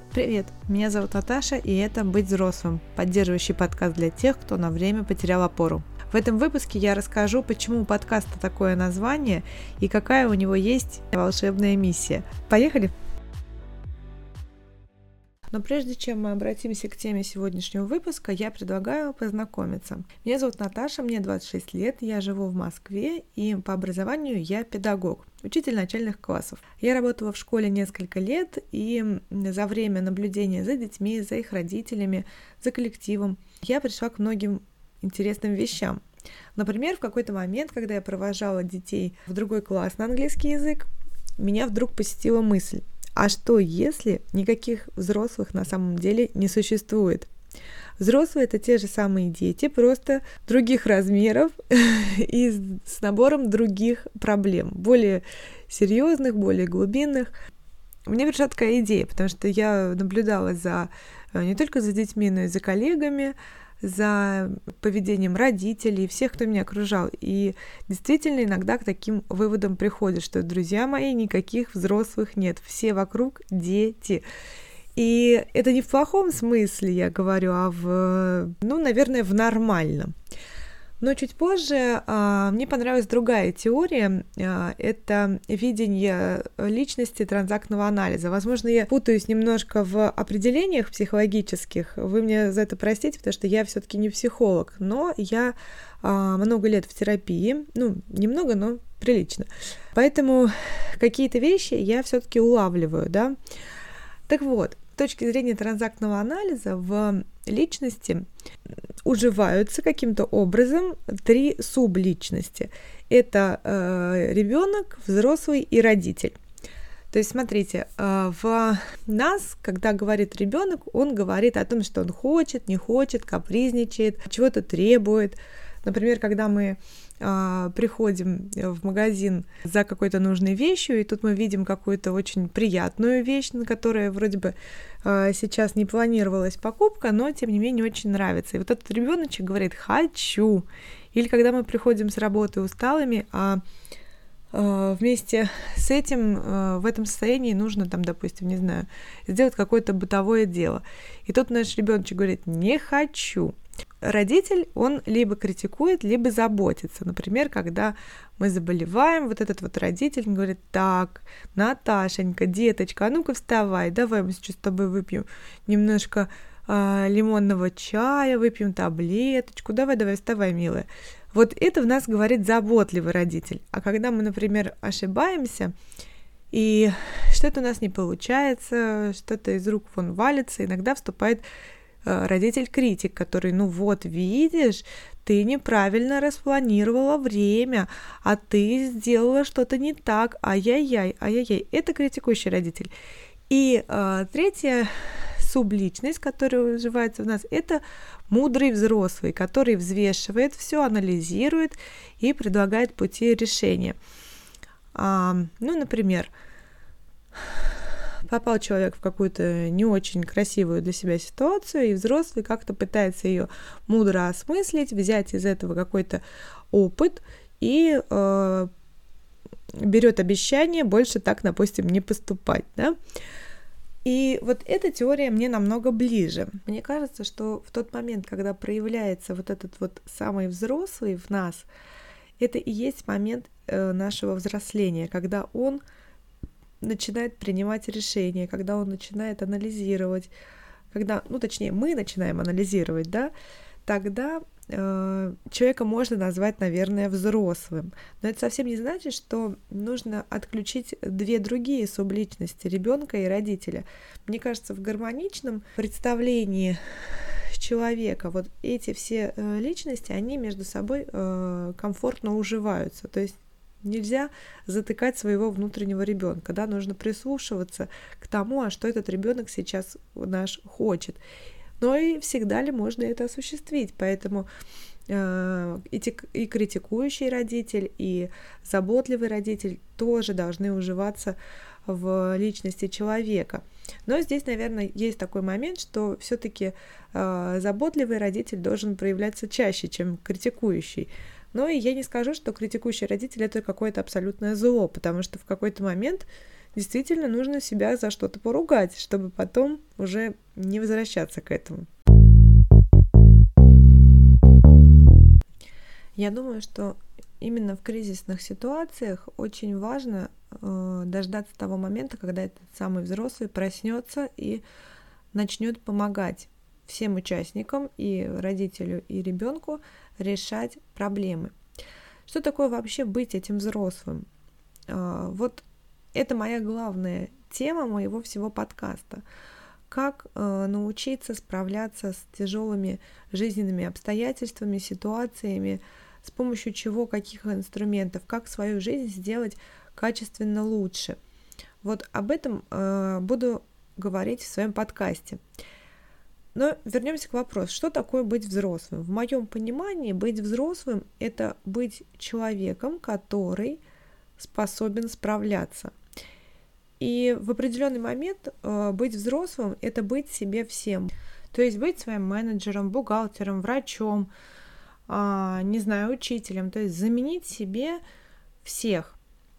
Привет, меня зовут Наташа, и это «Быть взрослым» – поддерживающий подкаст для тех, кто на время потерял опору. В этом выпуске я расскажу, почему у подкаста такое название и какая у него есть волшебная миссия. Поехали! Но прежде чем мы обратимся к теме сегодняшнего выпуска, я предлагаю познакомиться. Меня зовут Наташа, мне 26 лет, я живу в Москве, и по образованию я педагог, учитель начальных классов. Я работала в школе несколько лет, и за время наблюдения за детьми, за их родителями, за коллективом, я пришла к многим интересным вещам. Например, в какой-то момент, когда я провожала детей в другой класс на английский язык, меня вдруг посетила мысль: а что, если никаких взрослых на самом деле не существует? Взрослые — это те же самые дети, просто других размеров и с набором других проблем, более серьезных, более глубинных. Мне пришла такая идея, потому что я наблюдала не только за детьми, но и за коллегами, за поведением родителей, всех, кто меня окружал. И действительно иногда к таким выводам приходишь, что, друзья мои, никаких взрослых нет, все вокруг дети. И это не в плохом смысле, я говорю, а наверное, в нормальном. Но чуть позже мне понравилась другая теория, это видение личности транзактного анализа. Возможно, я путаюсь немножко в определениях психологических, вы мне за это простите, потому что я все-таки не психолог, но я много лет в терапии, немного, но прилично. Поэтому какие-то вещи я все-таки улавливаю, да. Так вот, с точки зрения транзактного анализа в личности уживаются каким-то образом три субличности. Это ребенок, взрослый и родитель. То есть, смотрите, в нас, когда говорит ребенок, он говорит о том, что он хочет, не хочет, капризничает, чего-то требует. Например, когда мы приходим в магазин за какой-то нужной вещью, и тут мы видим какую-то очень приятную вещь, на которой вроде бы сейчас не планировалась покупка, но тем не менее очень нравится. И вот этот ребеночек говорит «хочу». Или когда мы приходим с работы усталыми, вместе с этим в этом состоянии нужно, допустим, сделать какое-то бытовое дело. И тут наш ребеночек говорит «не хочу». Родитель, он либо критикует, либо заботится. Например, когда мы заболеваем, вот этот вот родитель говорит: так, Наташенька, деточка, а ну-ка вставай, давай мы сейчас с тобой выпьем немножко лимонного чая, выпьем таблеточку, давай, вставай, милая. Вот это в нас говорит заботливый родитель. А когда мы, например, ошибаемся, и что-то у нас не получается, что-то из рук вон валится, иногда вступает родитель-критик, который, видишь, ты неправильно распланировала время, а ты сделала что-то не так, ай-яй-яй. Это критикующий родитель. И третья субличность, которая уживается в нас, это мудрый взрослый, который взвешивает все, анализирует и предлагает пути решения. Например, попал человек в какую-то не очень красивую для себя ситуацию, и взрослый как-то пытается ее мудро осмыслить, взять из этого какой-то опыт и берет обещание больше так, допустим, не поступать, да? И вот эта теория мне намного ближе. Мне кажется, что в тот момент, когда проявляется вот этот вот самый взрослый в нас, это и есть момент нашего взросления, когда он начинает принимать решения, когда он начинает анализировать, мы начинаем анализировать, да, тогда человека можно назвать, наверное, взрослым. Но это совсем не значит, что нужно отключить две другие субличности, ребенка и родителя. Мне кажется, в гармоничном представлении человека вот эти все личности, они между собой комфортно уживаются. То есть нельзя затыкать своего внутреннего ребенка, да, нужно прислушиваться к тому, а что этот ребенок сейчас наш хочет. Но и всегда ли можно это осуществить? Поэтому и критикующий родитель, и заботливый родитель тоже должны уживаться в личности человека. Но здесь, наверное, есть такой момент, что все-таки заботливый родитель должен проявляться чаще, чем критикующий. Но и я не скажу, что критикующий родитель — это какое-то абсолютное зло, потому что в какой-то момент действительно нужно себя за что-то поругать, чтобы потом уже не возвращаться к этому. Я думаю, что именно в кризисных ситуациях очень важно дождаться того момента, когда этот самый взрослый проснется и начнет помогать всем участникам, и родителю, и ребенку решать проблемы. Что такое вообще быть этим взрослым? Вот это моя главная тема моего всего подкаста. Как научиться справляться с тяжелыми жизненными обстоятельствами, ситуациями, с помощью чего, каких инструментов, как свою жизнь сделать качественно лучше. Вот об этом буду говорить в своем подкасте. Но вернемся к вопросу, что такое быть взрослым? В моем понимании быть взрослым – это быть человеком, который способен справляться. И в определенный момент быть взрослым – это быть себе всем. То есть быть своим менеджером, бухгалтером, врачом, не знаю, учителем. То есть заменить себе всех.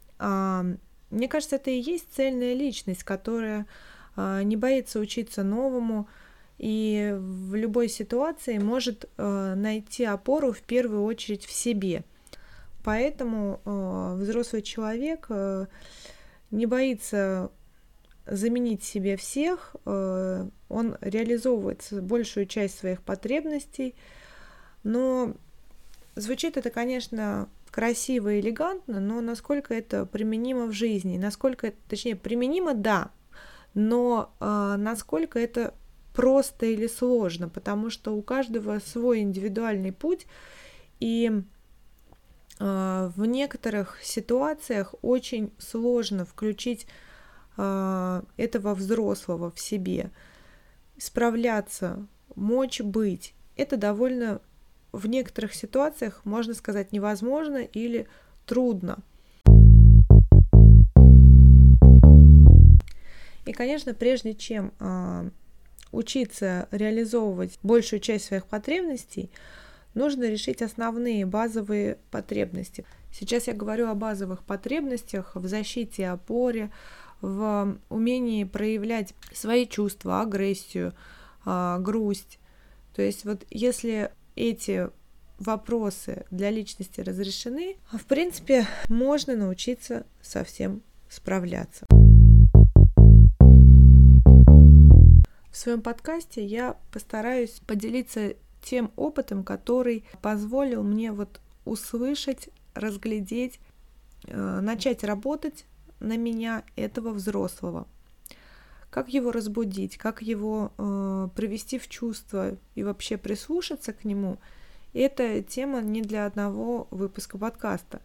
Мне кажется, это и есть цельная личность, которая не боится учиться новому и в любой ситуации может найти опору в первую очередь в себе. Поэтому взрослый человек не боится заменить себе всех, он реализовывает большую часть своих потребностей, но звучит это, конечно, красиво и элегантно, но насколько это применимо в жизни, применимо, да, но насколько это просто или сложно, потому что у каждого свой индивидуальный путь, и в некоторых ситуациях очень сложно включить этого взрослого в себе, справляться, мочь быть. Это довольно в некоторых ситуациях, можно сказать, невозможно или трудно. И, конечно, прежде чем учиться реализовывать большую часть своих потребностей, нужно решить основные базовые потребности. Сейчас я говорю о базовых потребностях в защите и опоре, в умении проявлять свои чувства, агрессию, грусть. То есть вот если эти вопросы для личности разрешены, в принципе, можно научиться совсем справляться. В своем подкасте я постараюсь поделиться тем опытом, который позволил мне услышать, разглядеть, начать работать на меня, этого взрослого. Как его разбудить, как его привести в чувство и вообще прислушаться к нему, это тема не для одного выпуска подкаста.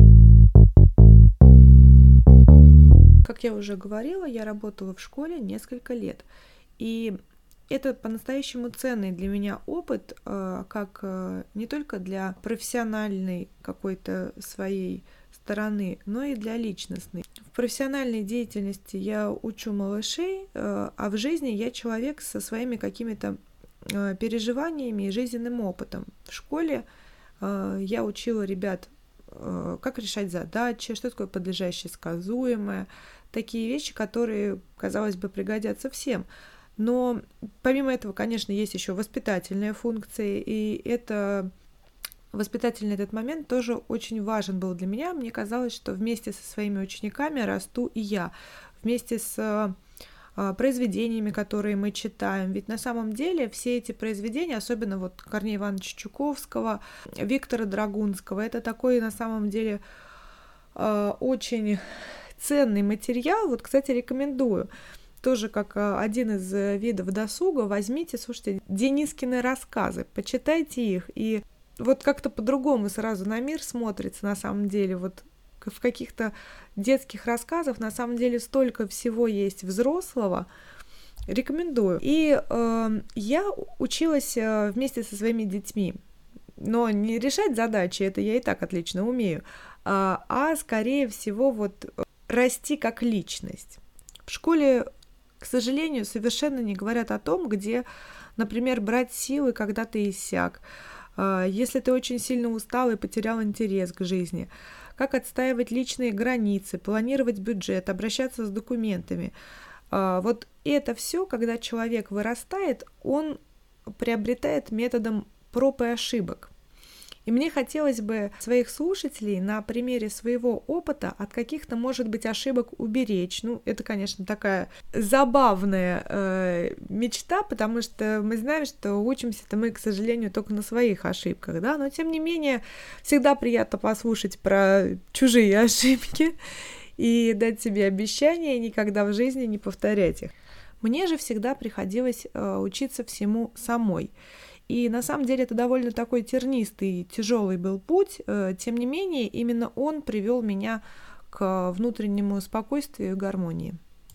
Как я уже говорила, я работала в школе несколько лет. И это по-настоящему ценный для меня опыт, как не только для профессиональной какой-то своей стороны, но и для личностной. В профессиональной деятельности я учу малышей, а в жизни я человек со своими какими-то переживаниями и жизненным опытом. В школе я учила ребят, как решать задачи, что такое подлежащее сказуемое, такие вещи, которые, казалось бы, пригодятся всем. Но помимо этого, конечно, есть еще воспитательные функции, и воспитательный этот момент тоже очень важен был для меня. Мне казалось, что вместе со своими учениками расту и я, вместе с произведениями, которые мы читаем. Ведь на самом деле все эти произведения, особенно Корнея Ивановича Чуковского, Виктора Драгунского, это такой на самом деле очень ценный материал. Кстати, рекомендую. Тоже как один из видов досуга, возьмите, слушайте, Денискины рассказы, почитайте их, и как-то по-другому сразу на мир смотрится на самом деле. В каких-то детских рассказах на самом деле столько всего есть взрослого. Рекомендую. И я училась вместе со своими детьми, но не решать задачи, это я и так отлично умею, а скорее всего расти как личность. В школе, к сожалению, совершенно не говорят о том, где, например, брать силы, когда ты иссяк, если ты очень сильно устал и потерял интерес к жизни, как отстаивать личные границы, планировать бюджет, обращаться с документами. Вот это все, когда человек вырастает, он приобретает методом проб и ошибок. И мне хотелось бы своих слушателей на примере своего опыта от каких-то, может быть, ошибок уберечь. Это, конечно, такая забавная мечта, потому что мы знаем, что учимся-то мы, к сожалению, только на своих ошибках, да, но тем не менее всегда приятно послушать про чужие ошибки и дать себе обещание никогда в жизни не повторять их. Мне же всегда приходилось учиться всему самой. И на самом деле это довольно такой тернистый, тяжелый был путь, тем не менее именно он привел меня к внутреннему спокойствию и гармонии.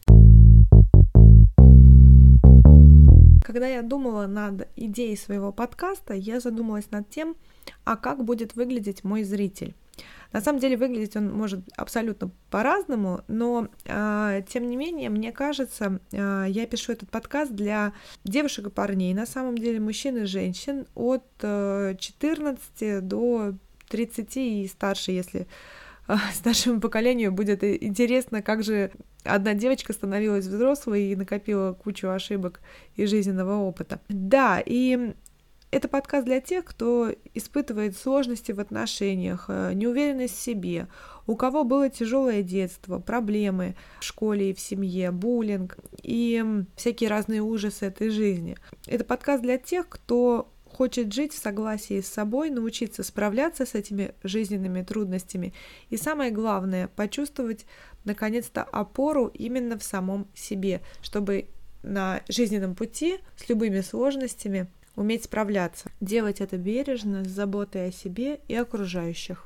Когда я думала над идеей своего подкаста, я задумалась над тем, а как будет выглядеть мой зритель. На самом деле выглядеть он может абсолютно по-разному, но тем не менее, мне кажется, я пишу этот подкаст для девушек и парней, на самом деле мужчин и женщин от 14 до 30 и старше, если старшему поколению будет интересно, как же одна девочка становилась взрослой и накопила кучу ошибок и жизненного опыта. Да, и это подкаст для тех, кто испытывает сложности в отношениях, неуверенность в себе, у кого было тяжелое детство, проблемы в школе и в семье, буллинг и всякие разные ужасы этой жизни. Это подкаст для тех, кто хочет жить в согласии с собой, научиться справляться с этими жизненными трудностями и, самое главное, почувствовать, наконец-то, опору именно в самом себе, чтобы на жизненном пути с любыми сложностями уметь справляться, делать это бережно, с заботой о себе и окружающих.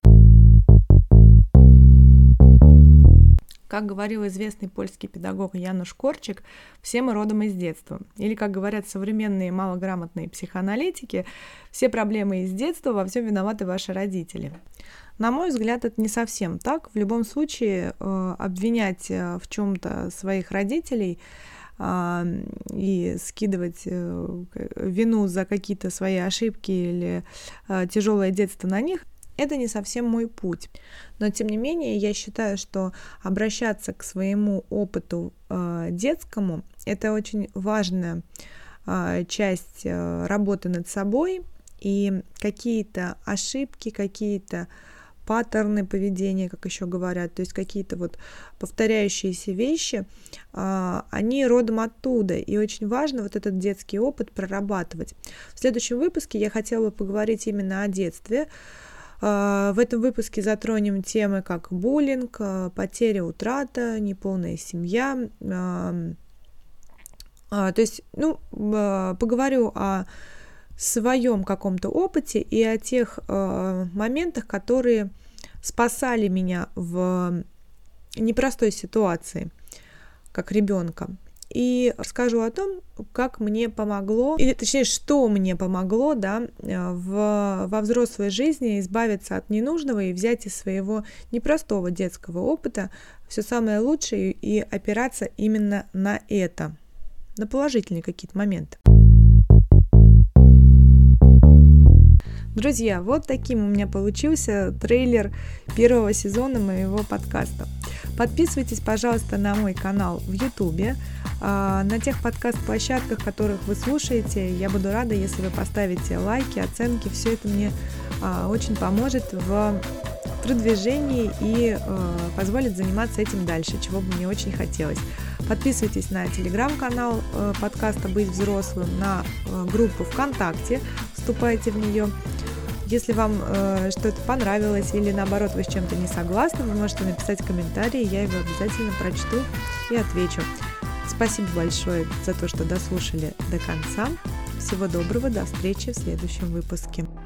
Как говорил известный польский педагог Януш Корчик, все мы родом из детства. Или, как говорят современные малограмотные психоаналитики, все проблемы из детства, во всем виноваты ваши родители. На мой взгляд, это не совсем так. В любом случае, обвинять в чем-то своих родителей и скидывать вину за какие-то свои ошибки или тяжелое детство на них, это не совсем мой путь. Но, тем не менее, я считаю, что обращаться к своему опыту детскому – это очень важная часть работы над собой, и какие-то ошибки, какие-то паттерны поведения, как еще говорят, то есть какие-то вот повторяющиеся вещи, они родом оттуда, и очень важно вот этот детский опыт прорабатывать. В следующем выпуске я хотела бы поговорить именно о детстве. В этом выпуске затронем темы как буллинг, потеря, утрата, неполная семья. То есть, поговорю о своем каком-то опыте и о тех моментах, которые спасали меня в непростой ситуации, как ребенка. И расскажу о том, как мне помогло, или точнее, что мне помогло, во взрослой жизни избавиться от ненужного и взять из своего непростого детского опыта все самое лучшее и опираться именно на это, на положительные какие-то моменты. Друзья, вот таким у меня получился трейлер первого сезона моего подкаста. Подписывайтесь, пожалуйста, на мой канал в YouTube, на тех подкаст-площадках, которых вы слушаете. Я буду рада, если вы поставите лайки, оценки. Все это мне очень поможет в продвижении и позволит заниматься этим дальше, чего бы мне очень хотелось. Подписывайтесь на телеграм-канал подкаста «Быть взрослым», на группу ВКонтакте, вступайте в нее. Если вам что-то понравилось или наоборот вы с чем-то не согласны, вы можете написать комментарий, я его обязательно прочту и отвечу. Спасибо большое за то, что дослушали до конца. Всего доброго, до встречи в следующем выпуске.